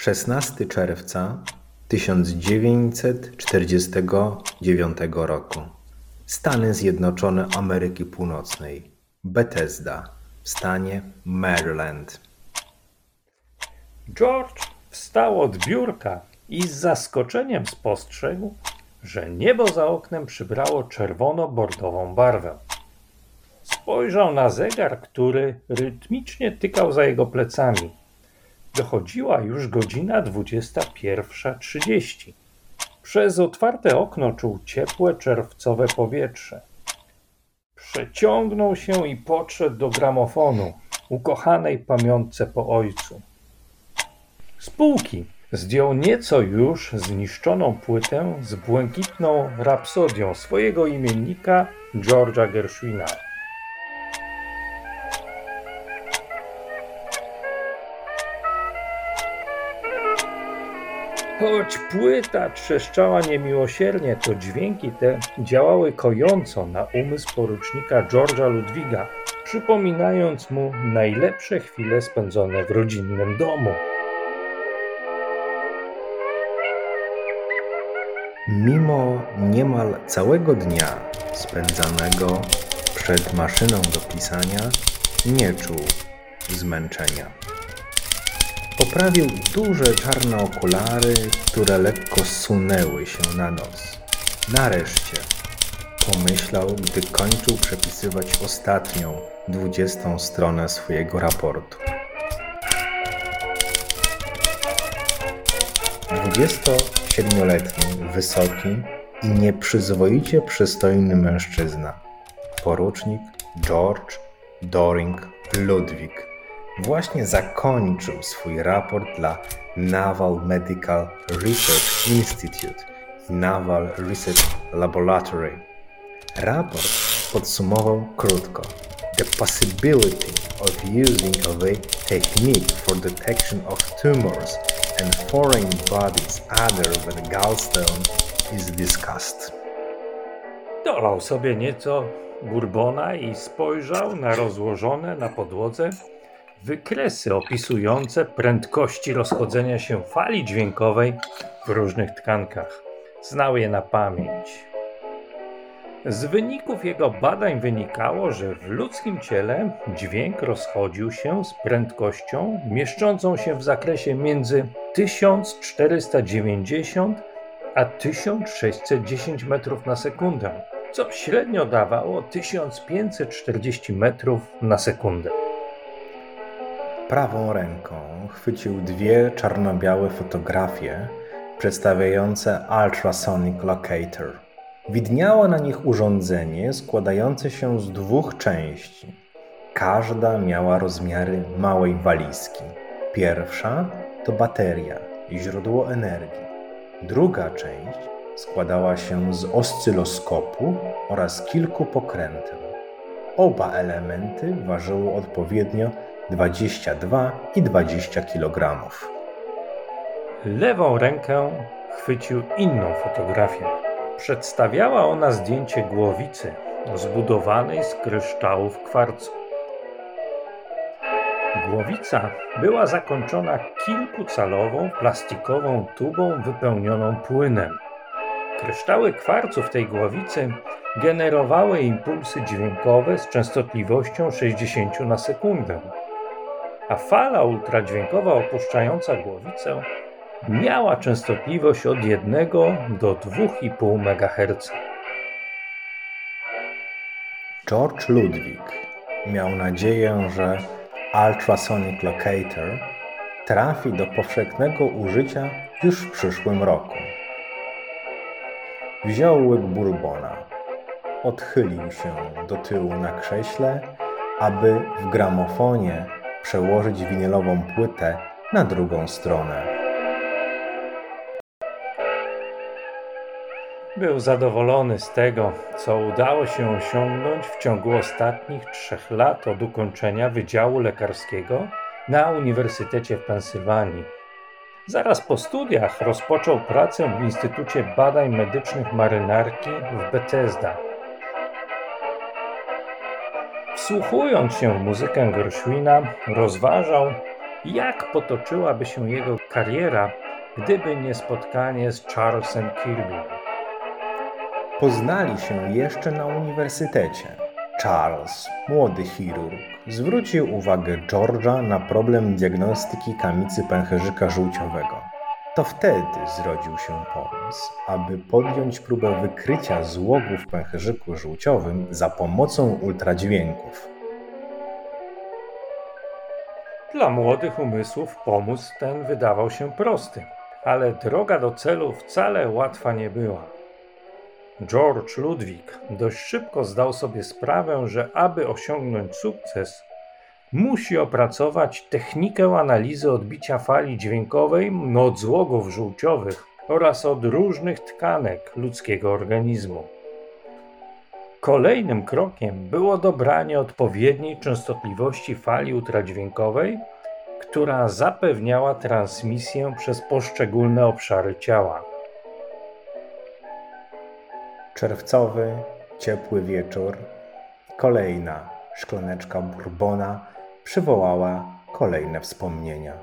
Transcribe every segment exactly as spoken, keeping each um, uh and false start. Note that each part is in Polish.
szesnastego czerwca tysiąc dziewięćset czterdziestego dziewiątego roku. Stany Zjednoczone Ameryki Północnej. Bethesda w stanie Maryland. George wstał od biurka i z zaskoczeniem spostrzegł, że niebo za oknem przybrało czerwono-bordową barwę. Spojrzał na zegar, który rytmicznie tykał za jego plecami. Dochodziła już godzina dwudziesta pierwsza trzydzieści. Przez otwarte okno czuł ciepłe, czerwcowe powietrze. Przeciągnął się i podszedł do gramofonu, ukochanej pamiątce po ojcu. Z półki zdjął nieco już zniszczoną płytę z błękitną rapsodią swojego imiennika George'a Gershwina. Choć płyta trzeszczała niemiłosiernie, to dźwięki te działały kojąco na umysł porucznika George'a Ludwiga, przypominając mu najlepsze chwile spędzone w rodzinnym domu. Mimo niemal całego dnia spędzanego przed maszyną do pisania, nie czuł zmęczenia. Poprawił duże czarne okulary, które lekko sunęły się na nos. Nareszcie, pomyślał, gdy kończył przepisywać ostatnią, dwudziestą stronę swojego raportu. Dwudziestosiedmioletni, wysoki i nieprzyzwoicie przystojny mężczyzna, porucznik George Doring Ludwig, właśnie zakończył swój raport dla Naval Medical Research Institute i Naval Research Laboratory. Raport podsumował krótko: The possibility of using of a technique for detection of tumors and foreign bodies other than gallstone is discussed. Dolał sobie nieco bourbona i spojrzał na rozłożone na podłodze wykresy opisujące prędkości rozchodzenia się fali dźwiękowej w różnych tkankach. Znał je na pamięć. Z wyników jego badań wynikało, że w ludzkim ciele dźwięk rozchodził się z prędkością mieszczącą się w zakresie między tysiąc czterysta dziewięćdziesiąt a tysiąc sześćset dziesięć metrów na sekundę, co średnio dawało tysiąc pięćset czterdzieści metrów na sekundę. Prawą ręką chwycił dwie czarno-białe fotografie przedstawiające Ultrasonic Locator. Widniało na nich urządzenie składające się z dwóch części. Każda miała rozmiary małej walizki. Pierwsza to bateria i źródło energii. Druga część składała się z oscyloskopu oraz kilku pokręteł. Oba elementy ważyły odpowiednio dwadzieścia dwa i dwadzieścia kilogramów. Lewą rękę chwycił inną fotografię. Przedstawiała ona zdjęcie głowicy zbudowanej z kryształów kwarcu. Głowica była zakończona kilkucalową plastikową tubą wypełnioną płynem. Kryształy kwarcu w tej głowicy generowały impulsy dźwiękowe z częstotliwością sześćdziesiąt na sekundę, a fala ultradźwiękowa opuszczająca głowicę miała częstotliwość od jednego do dwóch i pół megaherca. George Ludwig miał nadzieję, że Ultrasonic Locator trafi do powszechnego użycia już w przyszłym roku. Wziął łyk bourbona, odchylił się do tyłu na krześle, aby w gramofonie przełożyć winylową płytę na drugą stronę. Był zadowolony z tego, co udało się osiągnąć w ciągu ostatnich trzech lat od ukończenia Wydziału Lekarskiego na Uniwersytecie w Pensylwanii. Zaraz po studiach rozpoczął pracę w Instytucie Badań Medycznych Marynarki w Bethesda. Wsłuchując się w muzykę Gershwina, rozważał, jak potoczyłaby się jego kariera, gdyby nie spotkanie z Charlesem Kirby. Poznali się jeszcze na uniwersytecie. Charles, młody chirurg, zwrócił uwagę George'a na problem diagnostyki kamicy pęcherzyka żółciowego. To wtedy zrodził się pomysł, aby podjąć próbę wykrycia złogu w pęcherzyku żółciowym za pomocą ultradźwięków. Dla młodych umysłów pomysł ten wydawał się prosty, ale droga do celu wcale łatwa nie była. George Ludwig dość szybko zdał sobie sprawę, że aby osiągnąć sukces, musi opracować technikę analizy odbicia fali dźwiękowej od złogów żółciowych oraz od różnych tkanek ludzkiego organizmu. Kolejnym krokiem było dobranie odpowiedniej częstotliwości fali ultradźwiękowej, która zapewniała transmisję przez poszczególne obszary ciała. Czerwcowy, ciepły wieczór, kolejna szklaneczka bourbona przywołała kolejne wspomnienia.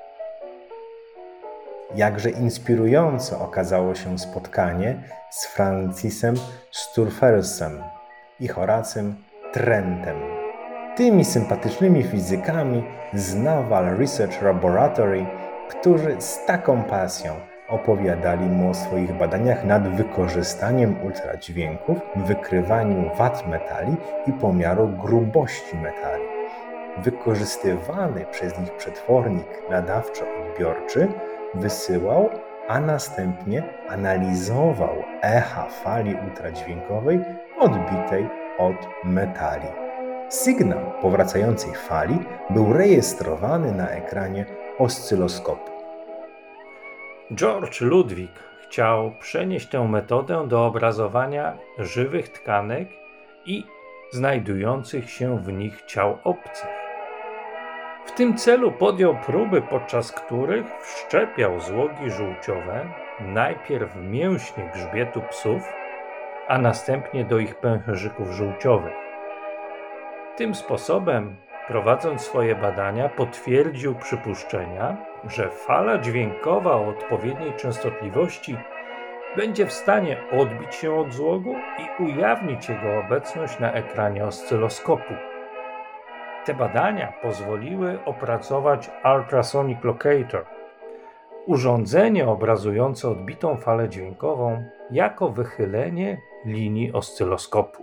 Jakże inspirujące okazało się spotkanie z Francisem Sturfersem i Horacym Trentem, tymi sympatycznymi fizykami z Naval Research Laboratory, którzy z taką pasją opowiadali mu o swoich badaniach nad wykorzystaniem ultradźwięków w wykrywaniu wad metali i pomiaru grubości metali. Wykorzystywany przez nich przetwornik nadawczo-odbiorczy wysyłał, a następnie analizował echa fali ultradźwiękowej odbitej od metali. Sygnał powracającej fali był rejestrowany na ekranie oscyloskopu. George Ludwig chciał przenieść tę metodę do obrazowania żywych tkanek i znajdujących się w nich ciał obcych. W tym celu podjął próby, podczas których wszczepiał złogi żółciowe najpierw w mięśnie grzbietu psów, a następnie do ich pęcherzyków żółciowych. Tym sposobem, prowadząc swoje badania, potwierdził przypuszczenia, że fala dźwiękowa o odpowiedniej częstotliwości będzie w stanie odbić się od złogu i ujawnić jego obecność na ekranie oscyloskopu. Te badania pozwoliły opracować Ultrasonic Locator, urządzenie obrazujące odbitą falę dźwiękową jako wychylenie linii oscyloskopu.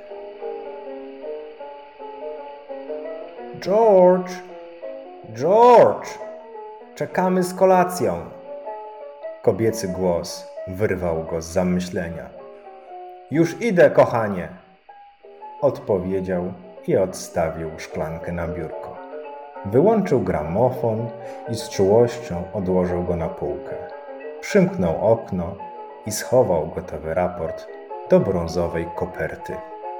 George! George! Czekamy z kolacją! Kobiecy głos wyrwał go z zamyślenia. Już idę, kochanie! Odpowiedział i odstawił szklankę na biurko. Wyłączył gramofon i z czułością odłożył go na półkę. Przymknął okno i schował gotowy raport do brązowej koperty.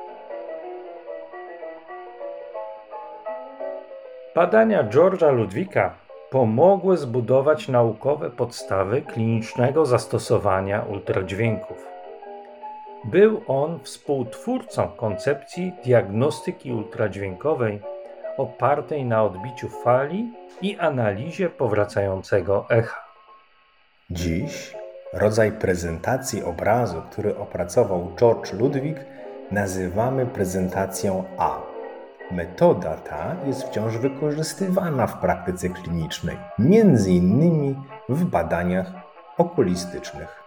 Badania George'a Ludwika pomogły zbudować naukowe podstawy klinicznego zastosowania ultradźwięków. Był on współtwórcą koncepcji diagnostyki ultradźwiękowej opartej na odbiciu fali i analizie powracającego echa. Dziś rodzaj prezentacji obrazu, który opracował George Ludwig, nazywamy prezentacją A. Metoda ta jest wciąż wykorzystywana w praktyce klinicznej, między innymi w badaniach okulistycznych.